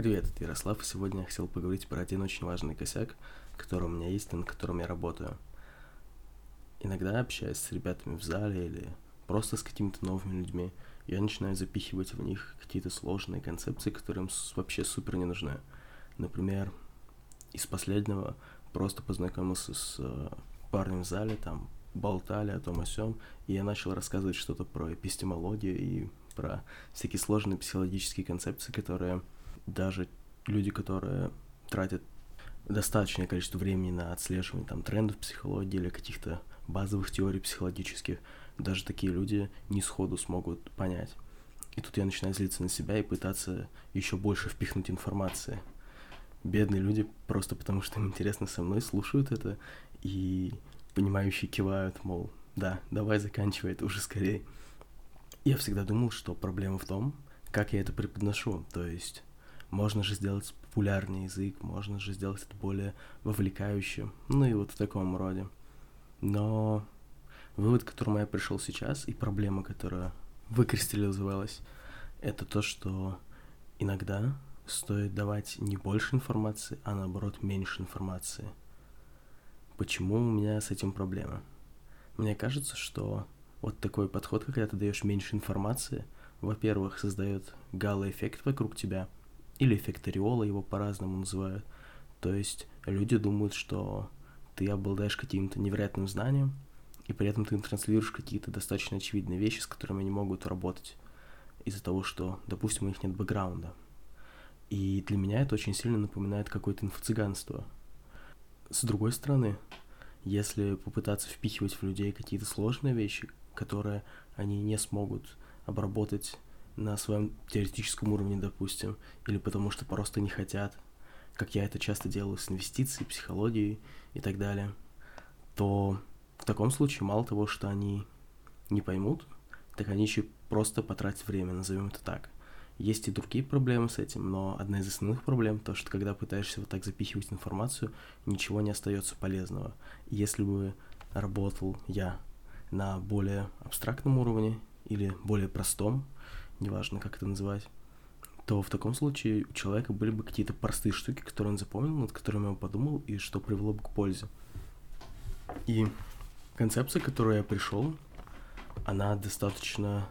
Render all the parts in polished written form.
Привет, это Ярослав, и сегодня я хотел поговорить про один очень важный косяк, который у меня есть и над которым я работаю. Иногда, общаясь с ребятами в зале или просто с какими-то новыми людьми, я начинаю запихивать в них какие-то сложные концепции, которые им вообще супер не нужны. Например, из последнего просто познакомился с парнем в зале, там болтали о том о сём, и я начал рассказывать что-то про эпистемологию и про всякие сложные психологические концепции, которые даже люди, которые тратят достаточное количество времени на отслеживание там трендов психологии или каких-то базовых теорий психологических, даже такие люди не сходу смогут понять. И тут я начинаю злиться на себя и пытаться еще больше впихнуть информации. Бедные люди просто потому, что им интересно со мной, слушают это и понимающие кивают, мол, да, давай заканчивай это уже скорее. Я всегда думал, что проблема в том, как я это преподношу, то есть можно же сделать популярный язык, можно же сделать это более вовлекающим, ну и вот в таком роде. Но вывод, к которому я пришел сейчас, и проблема, которая выкристаллизовалась, это то, что иногда стоит давать не больше информации, а наоборот меньше информации. Почему у меня с этим проблема? Мне кажется, что вот такой подход, когда ты даешь меньше информации, во-первых, создает гало-эффект вокруг тебя, или эффект ореола, его по-разному называют. То есть люди думают, что ты обладаешь каким-то невероятным знанием, и при этом ты транслируешь какие-то достаточно очевидные вещи, с которыми они могут работать из-за того, что, допустим, у них нет бэкграунда. И для меня это очень сильно напоминает какое-то инфо-цыганство. С другой стороны, если попытаться впихивать в людей какие-то сложные вещи, которые они не смогут обработать на своем теоретическом уровне, допустим, или потому что просто не хотят, как я это часто делаю с инвестицией, психологией и так далее, то в таком случае мало того, что они не поймут, так они еще просто потратят время, назовем это так. Есть и другие проблемы с этим, но одна из основных проблем то, что когда пытаешься вот так запихивать информацию, ничего не остается полезного. Если бы работал я на более абстрактном уровне или более простом, неважно, как это называть, то в таком случае у человека были бы какие-то простые штуки, которые он запомнил, над которыми он подумал, и что привело бы к пользе. И концепция, к которой я пришел, она достаточно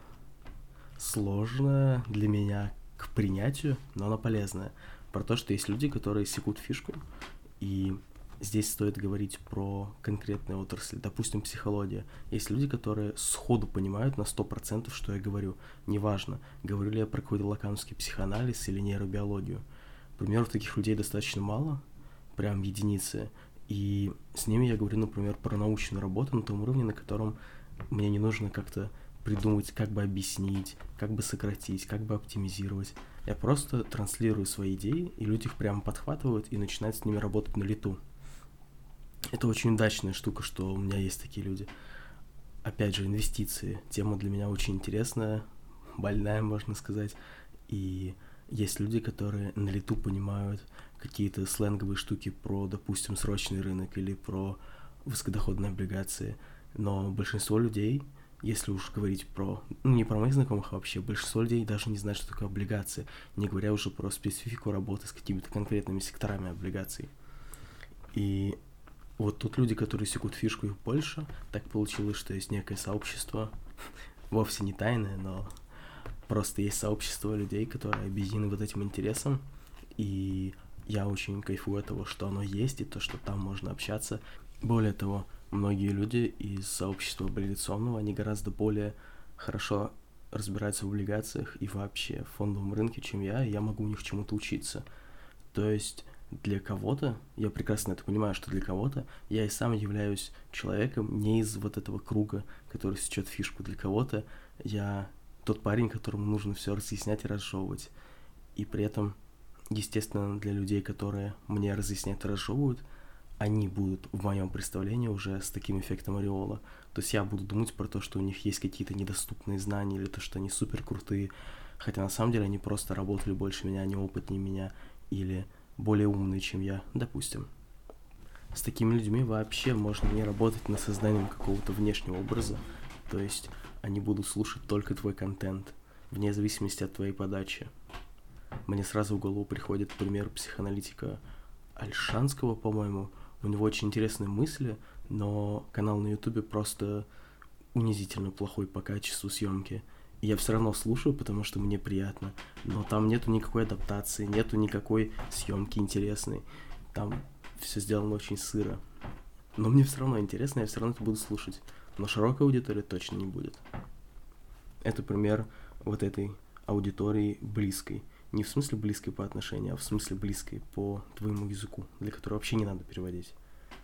сложная для меня к принятию, но она полезная. Про то, что есть люди, которые секут фишку, и здесь стоит говорить про конкретные отрасли, допустим, психология. Есть люди, которые сходу понимают на 100%, что я говорю. Неважно, говорю ли я про какой-то лаканский психоанализ или нейробиологию. Примеров таких людей достаточно мало, прям единицы. И с ними я говорю, например, про научную работу на том уровне, на котором мне не нужно как-то придумать, как бы объяснить, как бы сократить, как бы оптимизировать. Я просто транслирую свои идеи, и люди их прямо подхватывают и начинают с ними работать на лету. Это очень удачная штука, что у меня есть такие люди. Опять же, инвестиции. Тема для меня очень интересная, больная, можно сказать. И есть люди, которые на лету понимают какие-то сленговые штуки про, допустим, срочный рынок или про высокодоходные облигации. Но большинство людей, если уж говорить про, не про моих знакомых, а вообще, большинство людей даже не знает, что такое облигации, не говоря уже про специфику работы с какими-то конкретными секторами облигаций. И вот тут люди, которые секут фишку, их больше. Так получилось, что есть некое сообщество, вовсе не тайное, но просто есть сообщество людей, которые объединены вот этим интересом. И я очень кайфую от того, что оно есть, и то, что там можно общаться. Более того, многие люди из сообщества облигационного, они гораздо более хорошо разбираются в облигациях и вообще в фондовом рынке, чем я, и я могу у них чему-то учиться. То есть для кого-то, я прекрасно это понимаю, что для кого-то я и сам являюсь человеком не из вот этого круга, который сечет фишку. Для кого-то я тот парень, которому нужно все разъяснять и разжевывать. И при этом, естественно, для людей, которые мне разъясняют и разжевывают, они будут в моем представлении уже с таким эффектом ореола. То есть я буду думать про то, что у них есть какие-то недоступные знания, или то, что они супер крутые, хотя на самом деле они просто работали больше меня, они опытнее меня, или более умные, чем я, допустим. С такими людьми вообще можно не работать над созданием какого-то внешнего образа, то есть они будут слушать только твой контент, вне зависимости от твоей подачи. Мне сразу в голову приходит пример психоаналитика Альшанского, по-моему. У него очень интересные мысли, но канал на Ютубе просто унизительно плохой по качеству съемки. И я все равно слушаю, потому что мне приятно. Но там нету никакой адаптации, нету никакой съемки интересной. Там все сделано очень сыро. Но мне все равно интересно, я все равно это буду слушать. Но широкой аудитории точно не будет. Это пример вот этой аудитории близкой. Не в смысле близкой по отношению, а в смысле близкой по твоему языку, для которого вообще не надо переводить.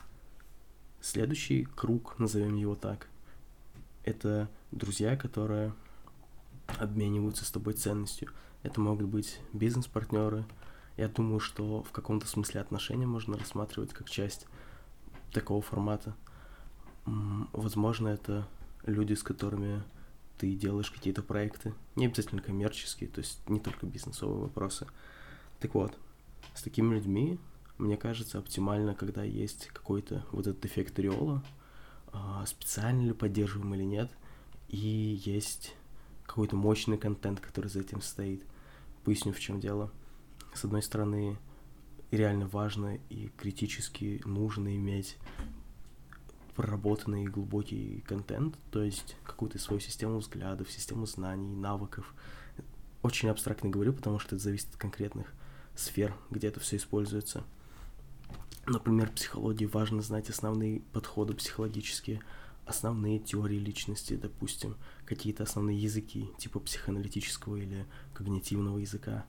Следующий круг, назовем его так, это друзья, которые обмениваются с тобой ценностью. Это могут быть бизнес-партнеры. Я думаю, что в каком-то смысле отношения можно рассматривать как часть такого формата. Возможно, это люди, с которыми ты делаешь какие-то проекты, не обязательно коммерческие, то есть не только бизнесовые вопросы. Так вот, с такими людьми, мне кажется, оптимально, когда есть какой-то вот этот эффект ореола, специально ли поддерживаем или нет, и есть какой-то мощный контент, который за этим стоит. Поясню, в чем дело. С одной стороны, реально важно и критически нужно иметь проработанный глубокий контент, то есть какую-то свою систему взглядов, систему знаний, навыков. Очень абстрактно говорю, потому что это зависит от конкретных сфер, где это все используется. Например, в психологии важно знать основные подходы психологические, основные теории личности, допустим, какие-то основные языки, типа психоаналитического или когнитивного языка.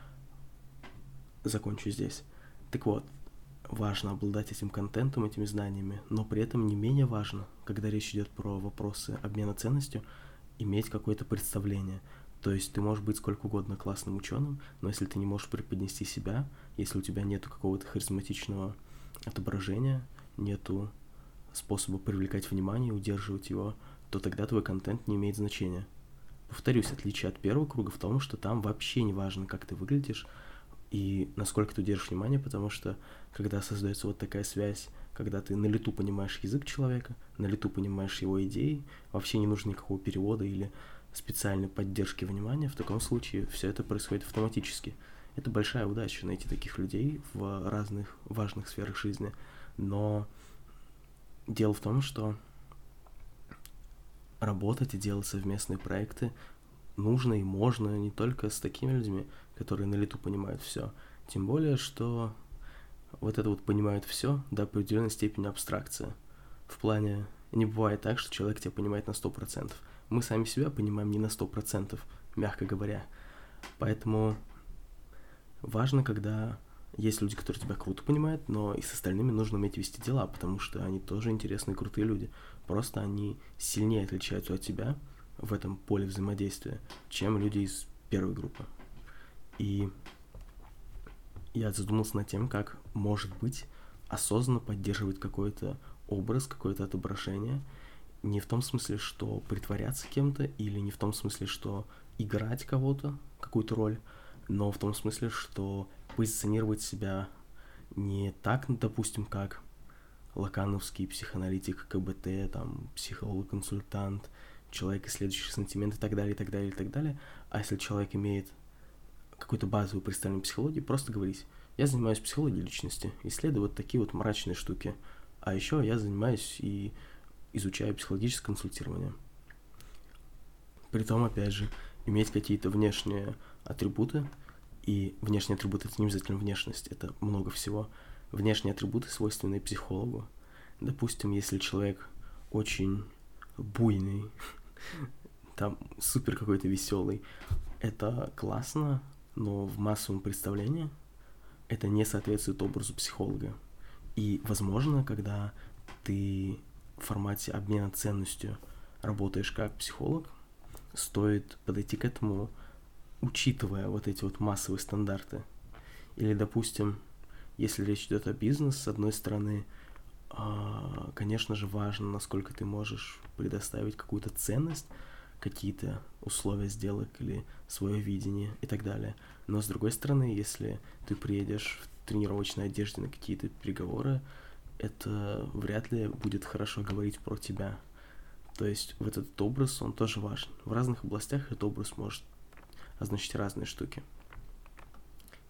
Закончу здесь. Так вот, важно обладать этим контентом, этими знаниями, но при этом не менее важно, когда речь идет про вопросы обмена ценностью, иметь какое-то представление. То есть ты можешь быть сколько угодно классным ученым, но если ты не можешь преподнести себя, если у тебя нету какого-то харизматичного отображения, нету способа привлекать внимание и удерживать его, то тогда твой контент не имеет значения. Повторюсь, отличие от первого круга в том, что там вообще не важно, как ты выглядишь и насколько ты удержишь внимание, потому что когда создается вот такая связь, когда ты на лету понимаешь язык человека, на лету понимаешь его идеи, вообще не нужно никакого перевода или специальной поддержки внимания, в таком случае все это происходит автоматически. Это большая удача найти таких людей в разных важных сферах жизни, но дело в том, что работать и делать совместные проекты нужно и можно не только с такими людьми, которые на лету понимают все. Тем более, что вот это вот понимают все до определенной степени абстракция. В плане, не бывает так, что человек тебя понимает на 100%. Мы сами себя понимаем не на 100%, мягко говоря. Поэтому важно, когда есть люди, которые тебя круто понимают, но и с остальными нужно уметь вести дела, потому что они тоже интересные, крутые люди. Просто они сильнее отличаются от тебя в этом поле взаимодействия, чем люди из первой группы. И я задумался над тем, как, может быть, осознанно поддерживать какой-то образ, какое-то отображение. Не в том смысле, что притворяться кем-то, или не в том смысле, что играть кого-то, какую-то роль, но в том смысле, что позиционировать себя не так, допустим, как лакановский психоаналитик, КБТ, там, психолог-консультант, человек, исследующий сантимент и так далее, и так далее, и так далее. А если человек имеет какую-то базовую представление психологии, просто говорить: я занимаюсь психологией личности, исследую вот такие вот мрачные штуки. А еще я занимаюсь и изучаю психологическое консультирование. Притом, опять же, иметь какие-то внешние атрибуты, и внешние атрибуты — это не обязательно внешность, это много всего. Внешние атрибуты, свойственные психологу. Допустим, если человек очень буйный, там супер какой-то веселый, это классно, но в массовом представлении это не соответствует образу психолога. И, возможно, когда ты в формате обмена ценностью работаешь как психолог, стоит подойти к этому, учитывая вот эти вот массовые стандарты. Или, допустим, если речь идет о бизнесе, с одной стороны, конечно же, важно, насколько ты можешь предоставить какую-то ценность, какие-то условия сделок или свое видение и так далее. Но с другой стороны, если ты приедешь в тренировочной одежде на какие-то переговоры, это вряд ли будет хорошо говорить про тебя. То есть вот этот образ, он тоже важен. В разных областях этот образ может означать разные штуки.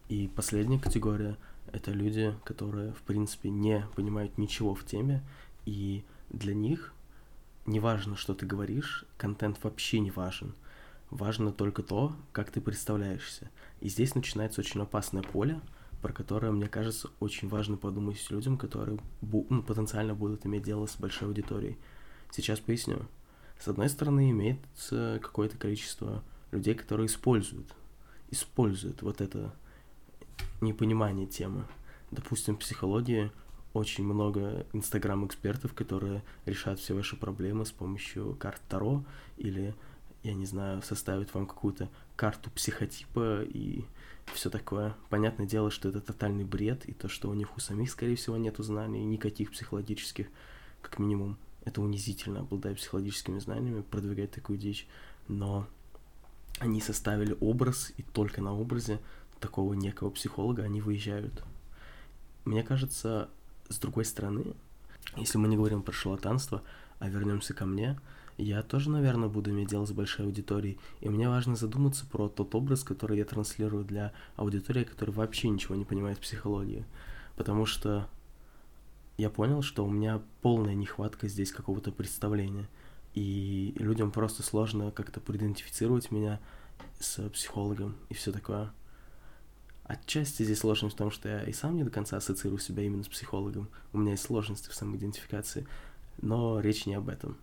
И последняя категория — это люди, которые, в принципе, не понимают ничего в теме, и для них не важно, что ты говоришь, контент вообще не важен. Важно только то, как ты представляешься. И здесь начинается очень опасное поле, про которое, мне кажется, очень важно подумать людям, которые потенциально будут иметь дело с большой аудиторией. Сейчас поясню. С одной стороны, имеется какое-то количество людей, которые используют вот это непонимание темы. Допустим, в психологии очень много инстаграм-экспертов, которые решают все ваши проблемы с помощью карт Таро или, я не знаю, составят вам какую-то карту психотипа и все такое. Понятное дело, что это тотальный бред, и то, что у них у самих, скорее всего, нету знаний, никаких психологических, как минимум. Это унизительно, обладая психологическими знаниями, продвигать такую дичь. Но они составили образ, и только на образе такого некого психолога они выезжают. Мне кажется, с другой стороны, если мы не говорим про шарлатанство, а вернемся ко мне, я тоже, наверное, буду иметь дело с большой аудиторией, и мне важно задуматься про тот образ, который я транслирую для аудитории, которая вообще ничего не понимает в психологии. Потому что я понял, что у меня полная нехватка здесь какого-то представления, и людям просто сложно как-то проидентифицировать меня с психологом и все такое. Отчасти здесь сложность в том, что я и сам не до конца ассоциирую себя именно с психологом. У меня есть сложности в самоидентификации, но речь не об этом.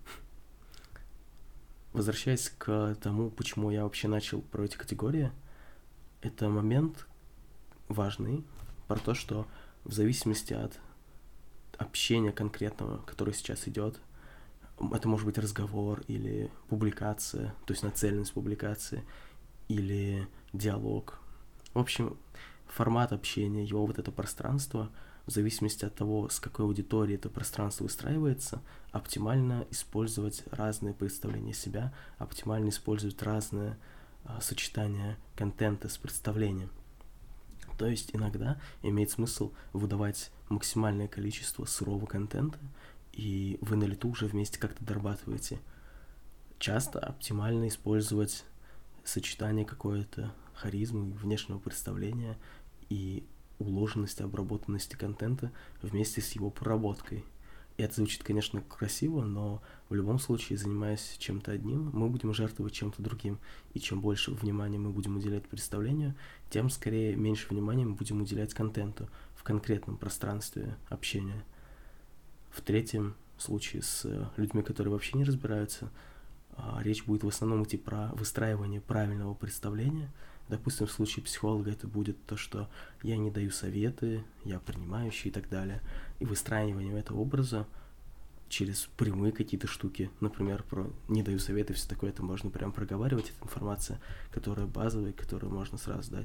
Возвращаясь к тому, почему я вообще начал про эти категории, это момент важный про то, что в зависимости от общения конкретного, которое сейчас идет, это может быть разговор или публикация, то есть нацеленность публикации, или диалог. В общем, формат общения, его вот это пространство, в зависимости от того, с какой аудиторией это пространство выстраивается, оптимально использовать разные представления себя, оптимально использовать разные сочетания контента с представлением. То есть иногда имеет смысл выдавать максимальное количество сырого контента, и вы на лету уже вместе как-то дорабатываете. Часто оптимально использовать сочетание какой-то харизмы, внешнего представления и уложенности, обработанности контента вместе с его проработкой. И это звучит, конечно, красиво, но в любом случае, занимаясь чем-то одним, мы будем жертвовать чем-то другим. И чем больше внимания мы будем уделять представлению, тем скорее меньше внимания мы будем уделять контенту в конкретном пространстве общения. В третьем случае с людьми, которые вообще не разбираются, речь будет в основном идти про выстраивание правильного представления. Допустим, в случае психолога это будет то, что я не даю советы, я принимающий и так далее. И выстраивание этого образа через прямые какие-то штуки, например, про не даю советы, все такое, это можно прям проговаривать, это информация, которая базовая, которую можно сразу дать.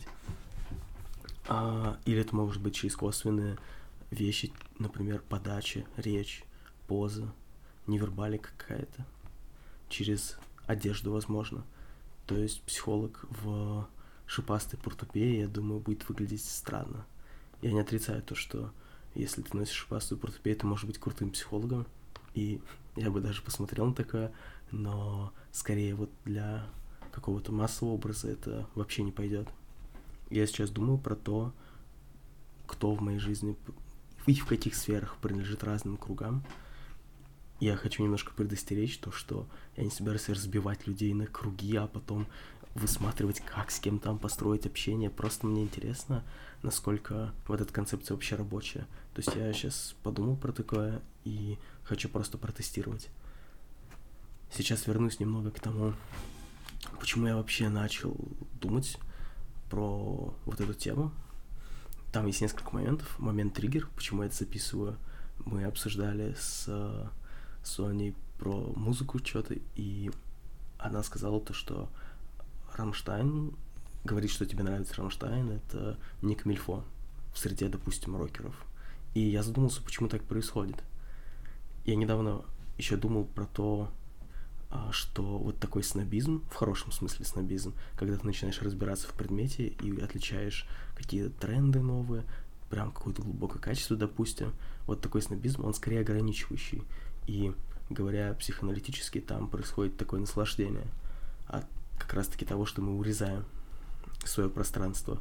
Или это может быть через косвенные вещи, например, подача, речь, поза, невербалика какая-то, через одежду, возможно. То есть психолог в шипастой портупее, я думаю, будет выглядеть странно. Я не отрицаю то, что если ты носишь шипастую портупею, ты можешь быть крутым психологом, и я бы даже посмотрел на такое, но скорее вот для какого-то массового образа это вообще не пойдет. Я сейчас думаю про то, кто в моей жизни и в каких сферах принадлежит разным кругам. Я хочу немножко предостеречь то, что я не собираюсь разбивать людей на круги, а потом высматривать, как с кем там построить общение. Просто мне интересно, насколько вот эта концепция вообще рабочая. То есть я сейчас подумал про такое и хочу просто протестировать. Сейчас вернусь немного к тому, почему я вообще начал думать про вот эту тему. Там есть несколько моментов. Момент триггер, почему я это записываю. Мы обсуждали с Соней про музыку что-то, и она сказала то, что Рамштайн, говорит, что тебе нравится Рамштайн, это не камильфо в среде, допустим, рокеров. И я задумался, почему так происходит. Я недавно еще думал про то, что вот такой снобизм, в хорошем смысле снобизм, когда ты начинаешь разбираться в предмете и отличаешь какие-то тренды новые, прям какое-то глубокое качество, допустим, вот такой снобизм, он скорее ограничивающий. И, говоря психоаналитически, там происходит такое наслаждение от как раз-таки того, что мы урезаем свое пространство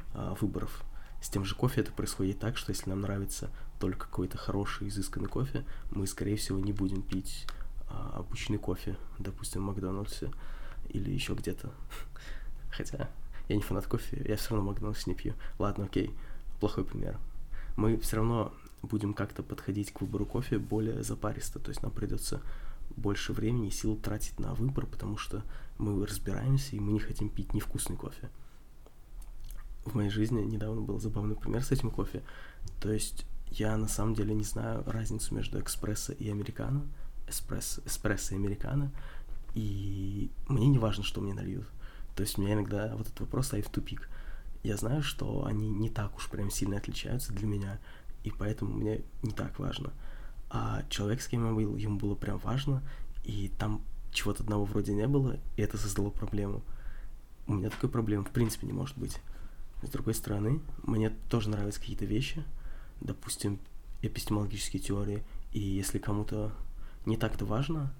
выборов. С тем же кофе это происходит так, что если нам нравится только какой-то хороший, изысканный кофе, мы, скорее всего, не будем пить обычный кофе, допустим, в Макдональдсе или еще где-то. Хотя я не фанат кофе, я все равно в Макдональдсе не пью. Ладно, окей, плохой пример. Мы все равно будем как-то подходить к выбору кофе более запаристо, то есть нам придется больше времени и сил тратить на выбор, потому что мы разбираемся и мы не хотим пить невкусный кофе. В моей жизни недавно был забавный пример с этим кофе. То есть я на самом деле не знаю разницу между эспрессо и американо, эспрессо и американо, и мне не важно, что мне нальют. То есть меня иногда вот этот вопрос ставит в тупик. Я знаю, что они не так уж прям сильно отличаются для меня, и поэтому мне не так важно. А человек, с кем я был, ему было прям важно, и там чего-то одного вроде не было, и это создало проблему. У меня такой проблемы в принципе не может быть. С другой стороны, мне тоже нравятся какие-то вещи, допустим, эпистемологические теории, и если кому-то не так-то важно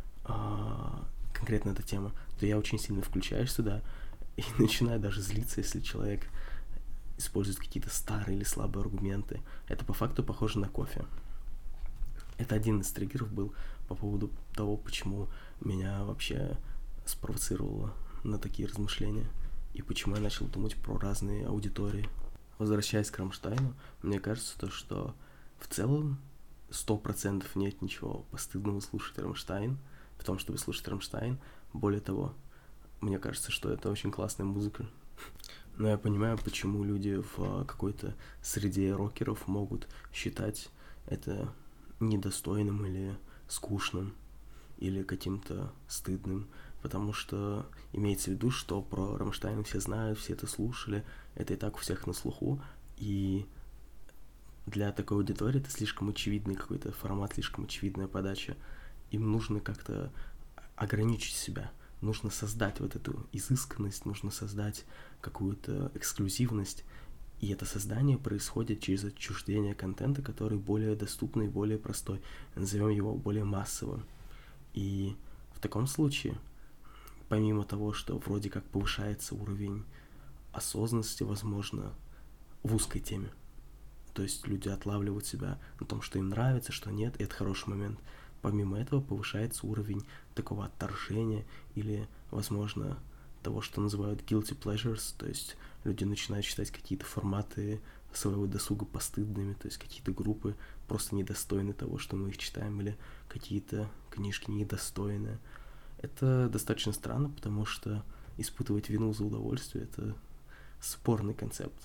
конкретно эта тема, то я очень сильно включаюсь сюда и начинаю даже злиться, если человек использует какие-то старые или слабые аргументы. Это по факту похоже на кофе. Это один из триггеров был по поводу того, почему меня вообще спровоцировало на такие размышления и почему я начал думать про разные аудитории. Возвращаясь к Рамштайну, мне кажется, то, что в целом 100% нет ничего постыдного слушать Рамштайн, в том, чтобы слушать Рамштайн. Более того, мне кажется, что это очень классная музыка. Но я понимаю, почему люди в какой-то среде рокеров могут считать это недостойным или скучным, или каким-то стыдным, потому что имеется в виду, что про Рамштайн все знают, все это слушали, это и так у всех на слуху, и для такой аудитории это слишком очевидный какой-то формат, слишком очевидная подача. Им нужно как-то ограничить себя, нужно создать вот эту изысканность, нужно создать какую-то эксклюзивность, и это создание происходит через отчуждение контента, который более доступный, более простой, назовем его более массовым. И в таком случае, помимо того, что вроде как повышается уровень осознанности, возможно, в узкой теме, то есть люди отлавливают себя на том, что им нравится, что нет, и это хороший момент. Помимо этого повышается уровень такого отторжения или, возможно, того, что называют guilty pleasures, то есть люди начинают считать какие-то форматы своего досуга постыдными, то есть какие-то группы просто недостойны того, что мы их читаем, или какие-то книжки недостойны. Это достаточно странно, потому что испытывать вину за удовольствие – это спорный концепт.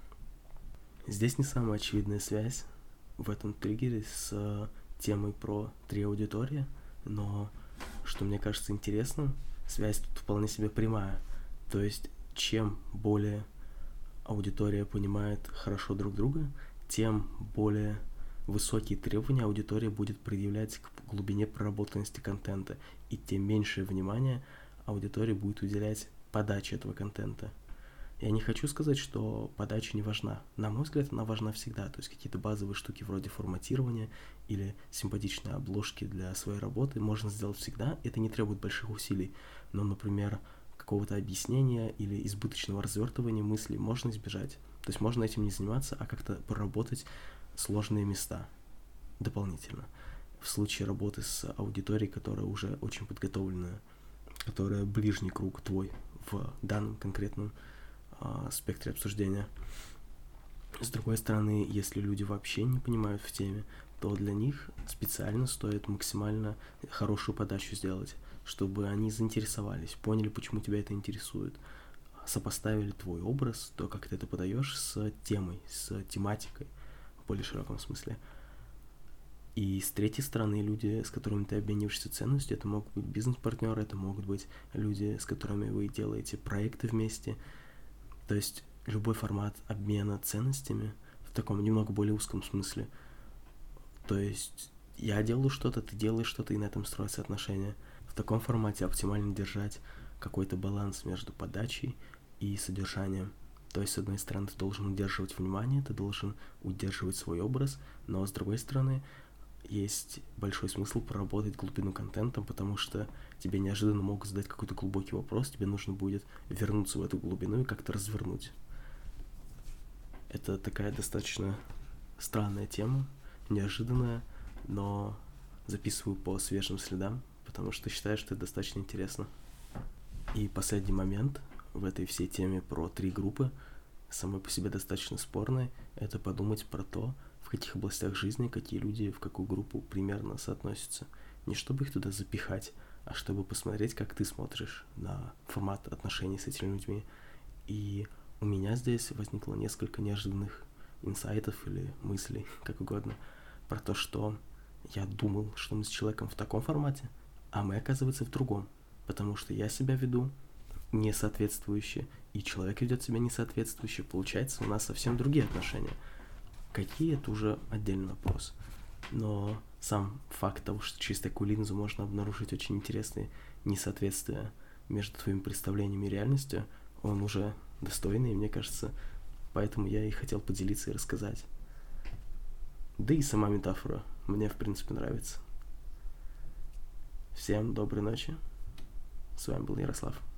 Здесь не самая очевидная связь в этом триггере с темой про 3 аудитории, но, что мне кажется интересным, связь тут вполне себе прямая. То есть, чем более аудитория понимает хорошо друг друга, тем более высокие требования аудитория будет предъявлять к глубине проработанности контента, и тем меньшее внимание аудитория будет уделять подаче этого контента. Я не хочу сказать, что подача не важна. На мой взгляд, она важна всегда. То есть какие-то базовые штуки вроде форматирования или симпатичные обложки для своей работы можно сделать всегда. Это не требует больших усилий. Но, например, какого-то объяснения или избыточного развертывания мыслей можно избежать. То есть можно этим не заниматься, а как-то проработать сложные места дополнительно. В случае работы с аудиторией, которая уже очень подготовленная, которая ближний круг твой в данном конкретном спектре обсуждения. С другой стороны, если люди вообще не понимают в теме, то для них специально стоит максимально хорошую подачу сделать, чтобы они заинтересовались, поняли, почему тебя это интересует, сопоставили твой образ, то, как ты это подаешь, с темой, с тематикой в более широком смысле. И с третьей стороны, люди, с которыми ты обмениваешься ценностью, это могут быть бизнес-партнеры, это могут быть люди, с которыми вы делаете проекты вместе. То есть любой формат обмена ценностями в таком немного более узком смысле. То есть я делаю что-то, ты делаешь что-то, и на этом строятся отношения. В таком формате оптимально держать какой-то баланс между подачей и содержанием. То есть, с одной стороны, ты должен удерживать внимание, ты должен удерживать свой образ, но с другой стороны, есть большой смысл проработать глубину контента, потому что тебе неожиданно могут задать какой-то глубокий вопрос, тебе нужно будет вернуться в эту глубину и как-то развернуть. Это такая достаточно странная тема, неожиданная, но записываю по свежим следам, потому что считаю, что это достаточно интересно. И последний момент в этой всей теме про 3 группы, самой по себе достаточно спорной, это подумать про то, в каких областях жизни какие люди в какую группу примерно соотносятся. Не чтобы их туда запихать, а чтобы посмотреть, как ты смотришь на формат отношений с этими людьми. И у меня здесь возникло несколько неожиданных инсайтов или мыслей, как угодно, про то, что я думал, что мы с человеком в таком формате, а мы, оказывается, в другом. Потому что я себя веду несоответствующе, и человек ведет себя несоответствующе. Получается, у нас совсем другие отношения. Какие, это уже отдельный вопрос. Но сам факт того, что через такую линзу можно обнаружить очень интересные несоответствия между твоими представлениями и реальностью, он уже достойный, мне кажется. Поэтому я и хотел поделиться и рассказать. Да и сама метафора мне, в принципе, нравится. Всем доброй ночи. С вами был Ярослав.